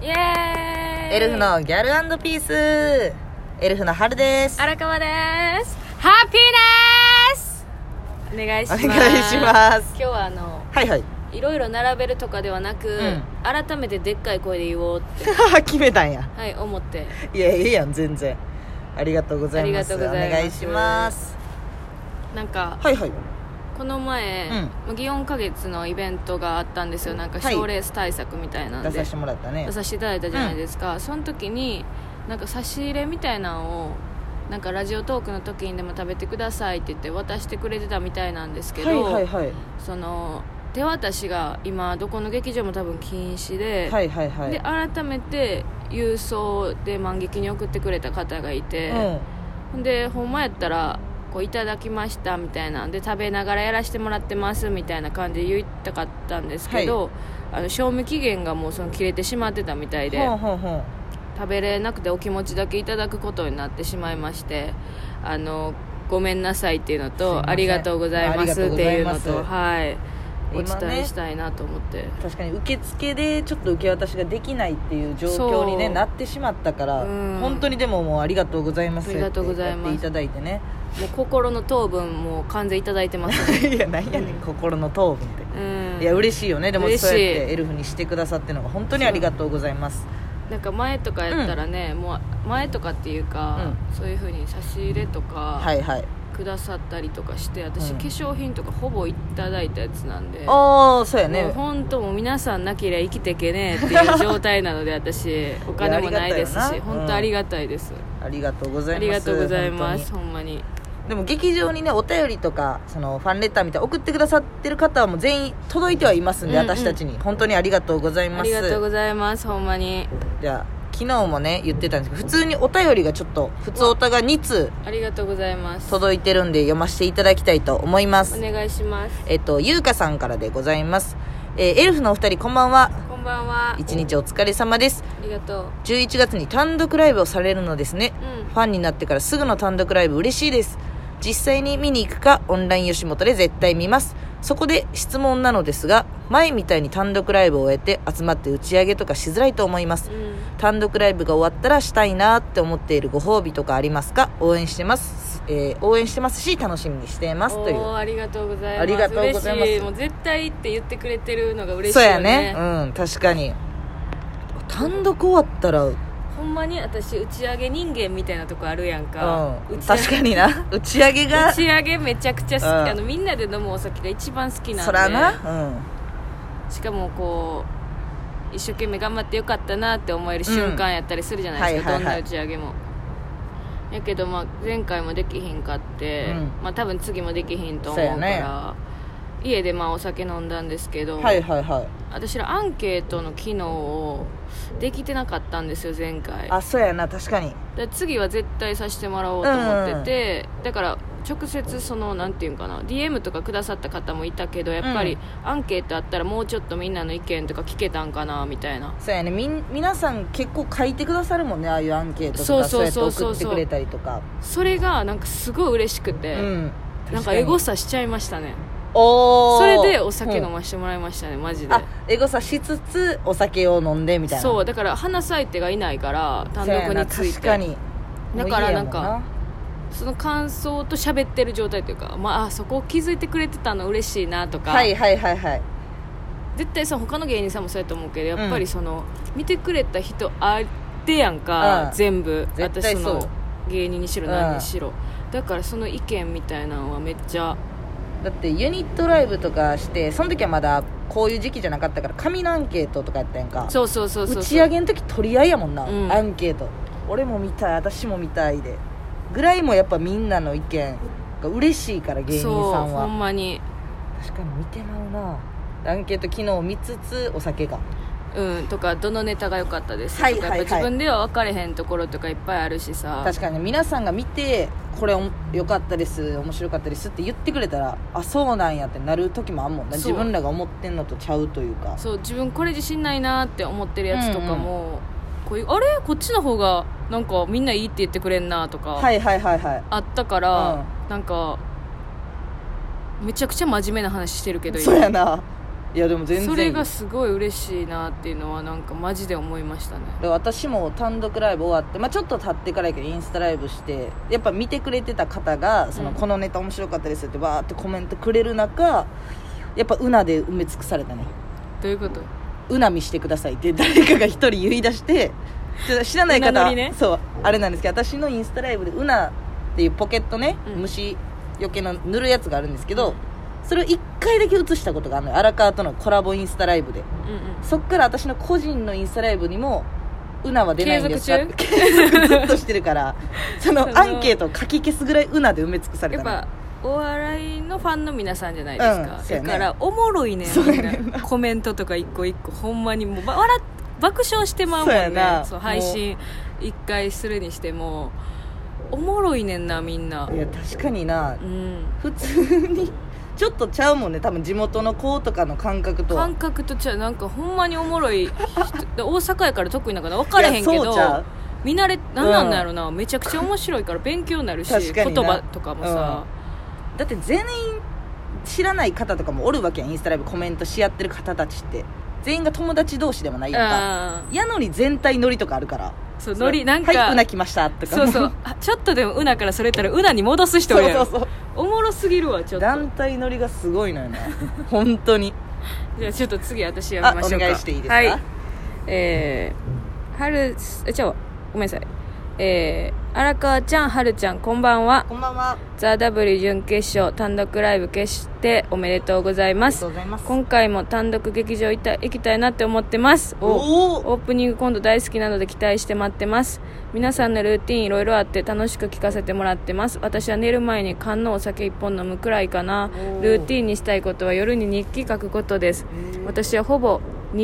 イエーイ。 エルフのギャル&ピース、エルフの春です。 荒川です。ハッピーです。お願いします。 お願いします。 今日ははいはい、 いろいろ並べるとかではなく、改めてでっかい声で言おうって決めたんや。 はい、思って。 いやいいやん、全然ありがとうございます。 ありがとうございます。 お願いします。 なんか、 はいはい、 この前、祇園花月のイベントがあったんですよ。なんか賞レース対策みたいなんで、 出させてもらったね。 出させていただいたじゃないですか、その時になんか差し入れみたいなのをなんかラジオトークの時にでも食べてくださいって言って渡してくれてたみたいなんですけど、 はいはいはい、 その手渡しが今どこの劇場も多分禁止で、 はいはいはい、 で改めて郵送で満劇に送ってくれた方がいて、でほんまやったらこういただきましたみたいなんで食べながらやらせてもらってますみたいな感じで言いたかったんですけど、賞味期限がもうその切れてしまってたみたいで、食べれなくてお気持ちだけいただくことになってしまいまして、ごめんなさいっていうのと、ありがとうございますっていうのと、はいお伝えしたいなと思って、 確かに受付でちょっと受け渡しができないっていう状況に、なってしまったから、本当にでももうありがとうございますってやっていただいてね、 もう心の糖分も完全いただいてます、ね、 いや何やねん、心の糖分って、いや嬉しいよね。でもそうやってエルフにしてくださってるのが本当にありがとうございます。 なんか前とかやったらね、もう前とかっていうか、そういう風に差し入れとか、くださったりとかして、私、化粧品とかほぼいただいたやつなんで、 そうやね、 もう本当もう皆さんなければ生きてけねえっていう状態なので私お金もないですし、本当ありがたいです。 ありがとうございます。 ありがとうございます。ほんまに。 でも劇場にね、お便りとかそのファンレターみたいな送ってくださってる方はもう全員届いてはいますんで、私たちに本当にありがとうございます。 ありがとうございます。ほんまに。 じゃあ昨日もね言ってたんですけど、普通にお便りがちょっと普通おたが2通ありがとうございます届いてるんで読ませていただきたいと思います。 お願いします。 ゆうかさんからでございます。エルフのお二人こんばんは。 こんばんは。 一日お疲れ様です。 ありがとう。 11月に単独ライブをされるのですね、ファンになってからすぐの単独ライブ嬉しいです。実際に見に行くかオンライン吉本で絶対見ます。そこで質問なのですが、前みたいに単独ライブを終えて集まって打ち上げとかしづらいと思います、単独ライブが終わったらしたいなって思っているご褒美とかありますか？応援してます、応援してますし楽しみにしていますという。 ありがとうございます。 ありがとうございます。 嬉しい。もう絶対って言ってくれてるのが嬉しいよね。 そうやね、確かに単独終わったらほんまに私打ち上げ人間みたいなとこあるやんか、 確かにな。打ち上げめちゃくちゃ好き、みんなで飲むお酒が一番好きなんで、 そらな、 しかもこう一生懸命頑張ってよかったなって思える瞬間やったりするじゃないですか、どんな打ち上げも。やけど前回もできひんかって、多分次もできひんと思うから、家でお酒飲んだんですけど、私らアンケートの機能をできてなかったんですよ前回。 そうやな、確かに。 次は絶対させてもらおうと思ってて、だから直接なんていうんかな、 DM とかくださった方もいたけど、やっぱりアンケートあったらもうちょっとみんなの意見とか聞けたんかなみたいな。 そうやね、皆さん結構書いてくださるもんね、ああいうアンケートとか、そうやって送ってくれたりとか。 それがなんかすごい嬉しくて、なんかエゴサしちゃいましたね。 それでお酒飲ませてもらいましたね、マジで。 エゴサしつつお酒を飲んでみたいな。 そうだから話す相手がいないから単独について、 確かに。 だからなんかその感想と喋ってる状態というか、そこを気づいてくれてたの嬉しいなとか、絶対他の芸人さんもそうやと思うけど、やっぱり見てくれた人あってやんか、全部私の芸人にしろ何にしろ、だからその意見みたいなのはめっちゃ。 だってユニットライブとかして、その時はまだこういう時期じゃなかったから紙のアンケートとかやったやんか。 そう打ち上げの時取り合いやもんな、アンケート。俺も見たい、私も見たいでぐらい、もやっぱみんなの意見が嬉しいから、芸人さんは。 ほんまに確かに見てまうな。アンケート機能を見つつお酒がとか、どのネタが良かったですとか、やっぱ自分では分かれへんところとかいっぱいあるしさ。 確かに皆さんが見て、これ良かったです、面白かったですって言ってくれたら、そうなんやってなる時もあんもんな。自分らが思ってんのとちゃうというか。 そう、自分これ自信ないなって思ってるやつとかも、こっちの方がなんかみんないいって言ってくれんなとかあったから、なんかめちゃくちゃ真面目な話してるけど、 そうやな、 いやでも全然それがすごい嬉しいなっていうのはなんかマジで思いましたね。 で私も単独ライブ終わって、ちょっと経ってからやけどインスタライブしてやっぱ見てくれてた方がこのネタ面白かったですってバーってコメントくれる中、やっぱうなで埋め尽くされたね。 どういうこと？ うなみしてくださいって誰かが一人言い出して知らない方は、ね、そうあれなんですけど、私のインスタライブでうなっていうポケットね、虫よけの塗るやつがあるんですけど、それを1回だけ映したことがあるのよ、荒川とのコラボインスタライブで、そっから私の個人のインスタライブにもうなは出ないんですかって継続ずっとしてるからそのアンケートを書き消すぐらいうなで埋め尽くされたの。 やっぱお笑いのファンの皆さんじゃないですか、だからおもろいねんみたいなコメントとか一個一個ほんまにもう爆笑してまうもんね。そう配信1回するにしてもおもろいねんなみんな。 いや確かにな、普通にちょっとちゃうもんね、多分地元の子とかの感覚とちゃう。なんかほんまにおもろい大阪やから特になんか分からへんけど見慣れなんなんやろな、めちゃくちゃ面白いから勉強になるし言葉とかもさ、 だって全員知らない方とかもおるわけやん。インスタライブコメントし合ってる方たちって全員が友達同士でもないやんか。やのに全体ノリとかあるから、 そうノリなんかはいうな来ましたとかそうちょっとでもうなからそれたらうなに戻す人いるやん。そうおもろすぎるわ。ちょっと団体ノリがすごいのよな本当に。 じゃあちょっと次私やりましょうか。 お願いしていいですか。 はいごめんなさい。荒川ちゃん、はるちゃん、こんばんは。 こんばんは。 ザ・ W 準決勝単独ライブ決しておめでとうございます。今回も単独劇場行きたいなって思ってます。オープニング今度大好きなので期待して待ってます。皆さんのルーティンいろいろあって楽しく聞かせてもらってます。私は寝る前に缶のお酒1本飲むくらいかな。ルーティンにしたいことは夜に日記書くことです。私はほぼ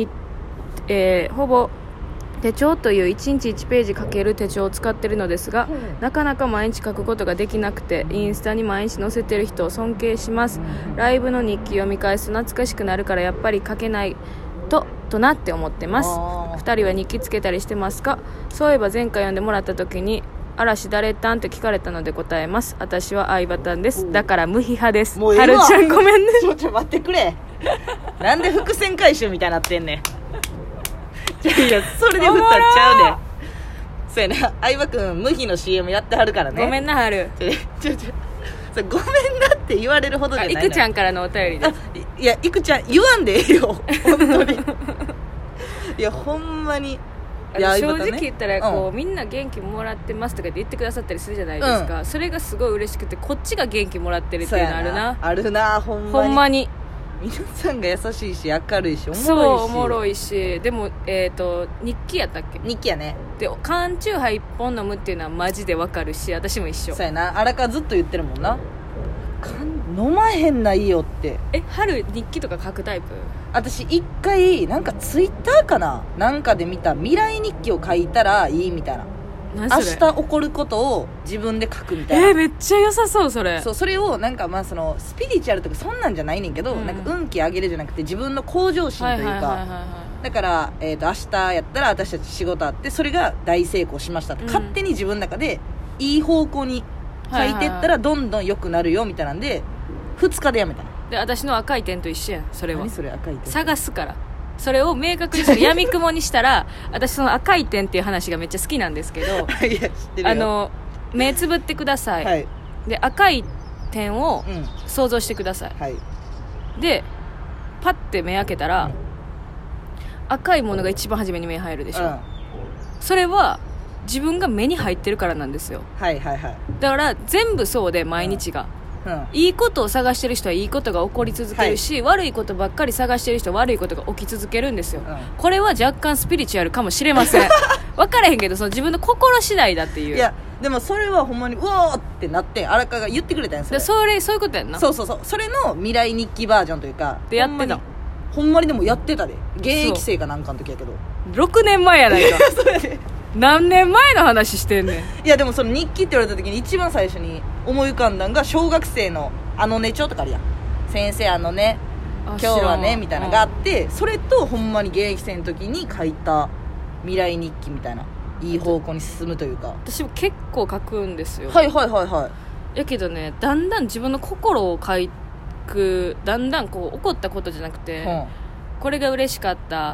手帳という1日1ページ書ける手帳を使っているのですが、なかなか毎日書くことができなくて、インスタに毎日載せてる人を尊敬します。ライブの日記読み返すと懐かしくなるからやっぱり書けないとなって思ってます。2人は日記つけたりしてますか？そういえば前回読んでもらった時に嵐誰たんって聞かれたので答えます。私は相葉たんです。だから無批派です。 もうはるちゃんごめんね。 ちょっと待ってくれなんで伏線回収みたいになってんねんいやそれで振ったらちゃうねん。そうやな、相葉くん無比の CM やってはるからね。 ごめんなはる。 それごめんなって言われるほどじゃないの。 いくちゃんからのお便りです。 いやいくちゃん言わんでええよ本当にいやほんまに正直言ったらこう、みんな元気もらってますとかって言ってくださったりするじゃないですか、それがすごい嬉しくてこっちが元気もらってるっていうのあるな。 あるな、ほんまに皆さんが優しいし明るいしおもろいし。 そうおもろいし、でも日記やったっけ？ 日記やね。で缶チューハイ1本飲むっていうのはマジでわかるし、私も一緒。 そうやな、荒川ずっと言ってるもんな、飲まへんないいよって。 春日記とか書くタイプ？ 私一回なんかツイッターかななんかで見た未来日記を書いたらいいみたいな。明日起こることを自分で書くみたいな。 めっちゃ良さそうそれ。 そう、それをなんかそのスピリチュアルとかそんなんじゃないねんけど、なんか運気上げるじゃなくて自分の向上心というか、だから、明日やったら私たち仕事あってそれが大成功しましたって、勝手に自分の中でいい方向に書いてったらどんどん良くなるよみたいなんで2日でやめたの。で私の赤い点と一緒やん。それは何それ赤い点探すから、それを明確にして闇雲にしたら私その赤い点っていう話がめっちゃ好きなんですけどいや知ってるよ。 目つぶってください、はい、で赤い点を想像してください、はい、でパッて目開けたら、赤いものが一番初めに目入るでしょ、それは自分が目に入ってるからなんですよ。 はいはいはい。 だから全部そうで毎日が、いいことを探してる人はいいことが起こり続けるし、悪いことばっかり探してる人は悪いことが起き続けるんですよ、これは若干スピリチュアルかもしれません分からへんけどその自分の心次第だっていう。 いやでもそれはほんまにうおーってなって荒川が言ってくれたんですよ。 そういうことやんな。 そうそれの未来日記バージョンというかでやってた。 ほんまにでもやってたで、現役生かなんかの時やけど 6年前やないかそうやで何年前の話してんねん。いやでもその日記って言われた時に一番最初に思い浮かんだんが小学生のね帳とかあるやん、先生今日はねみたいなのがあって、それとほんまに現役生の時に書いた未来日記みたいな、いい方向に進むというか。 私も結構書くんですよ。 はいはいはいはい。 やけどね、だんだん自分の心を書く、だんだんこう起こったことじゃなくて、 これが嬉しかった、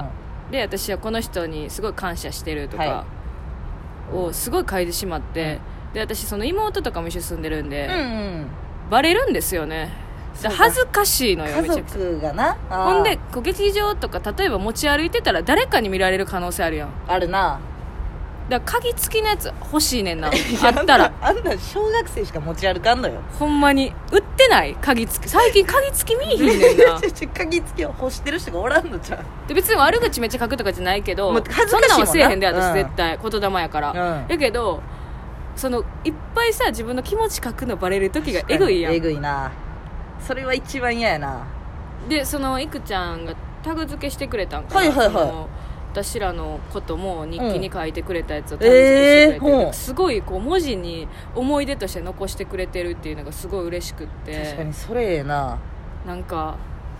で私はこの人にすごい感謝してるとかをすごい書いてしまって、で私その妹とかも一緒に住んでるんで、バレるんですよね。恥ずかしいのよ、めちゃくちゃ。 家族がな。 ほんで劇場とか例えば持ち歩いてたら誰かに見られる可能性あるやん。 あるな。 だから鍵付きのやつ欲しいねんな。あったらあんな小学生しか持ち歩かんのよ。 ほんまに売ってない鍵付き。最近鍵付き見えひんねんな。 鍵付きを欲してる人がおらんのじゃん。 で別に悪口めっちゃ書くとかじゃないけど、 もう恥ずかしいもんな。 そんなんはせえへんで私、絶対言霊やから、 うん、 やけどそのいっぱいさ自分の気持ち書くのバレる時がエグいやん。 エグいな。それは一番嫌やな。 でそのいくちゃんがタグ付けしてくれたんかな、私らのことも日記に書いてくれたやつをタグ付けしてくれて、すごいこう文字に思い出として残してくれてるっていうのがすごい嬉しくって。 確かにそれええな。 なんか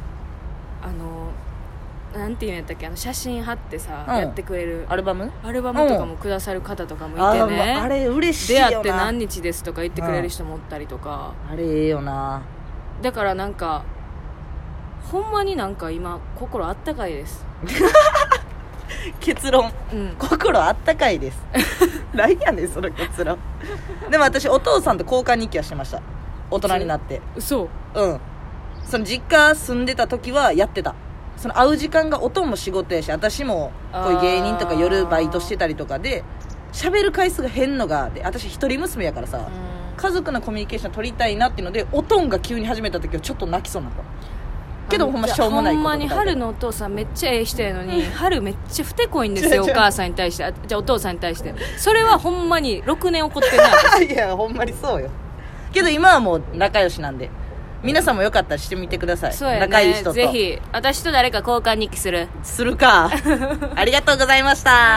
なんていうんやったっけ、写真貼ってさ、やってくれるアルバムとかもくださる方とかもいてね、 あれ嬉しいよな。 出会って何日ですとか言ってくれる人もおったりとか、 あれええよな。 だからなんかほんまになんか今心あったかいです。 結論、心あったかいです。何やねんその結論。でも私お父さんと交換日記はしてました、大人になって。 嘘。 その実家住んでた時はやってた。その会う時間がおとんも仕事やし、私もこういう芸人とか夜バイトしてたりとかで喋る回数が変のがで、私一人娘やからさ、家族のコミュニケーション取りたいなっていうので、おとんが急に始めた時はちょっと泣きそうになったけど、ほんましょうもないこと。 ほんまに春のお父さんめっちゃええ人やのに、春めっちゃふてこいんですよお母さんに対して。じゃあお父さんに対して。それはほんまに6年怒ってないいやほんまにそうよ。けど今はもう仲良しなんで、皆さんもよかったらしてみてください。 そうやね、 仲いい人とぜひ私と誰か交換日記するか。ありがとうございました。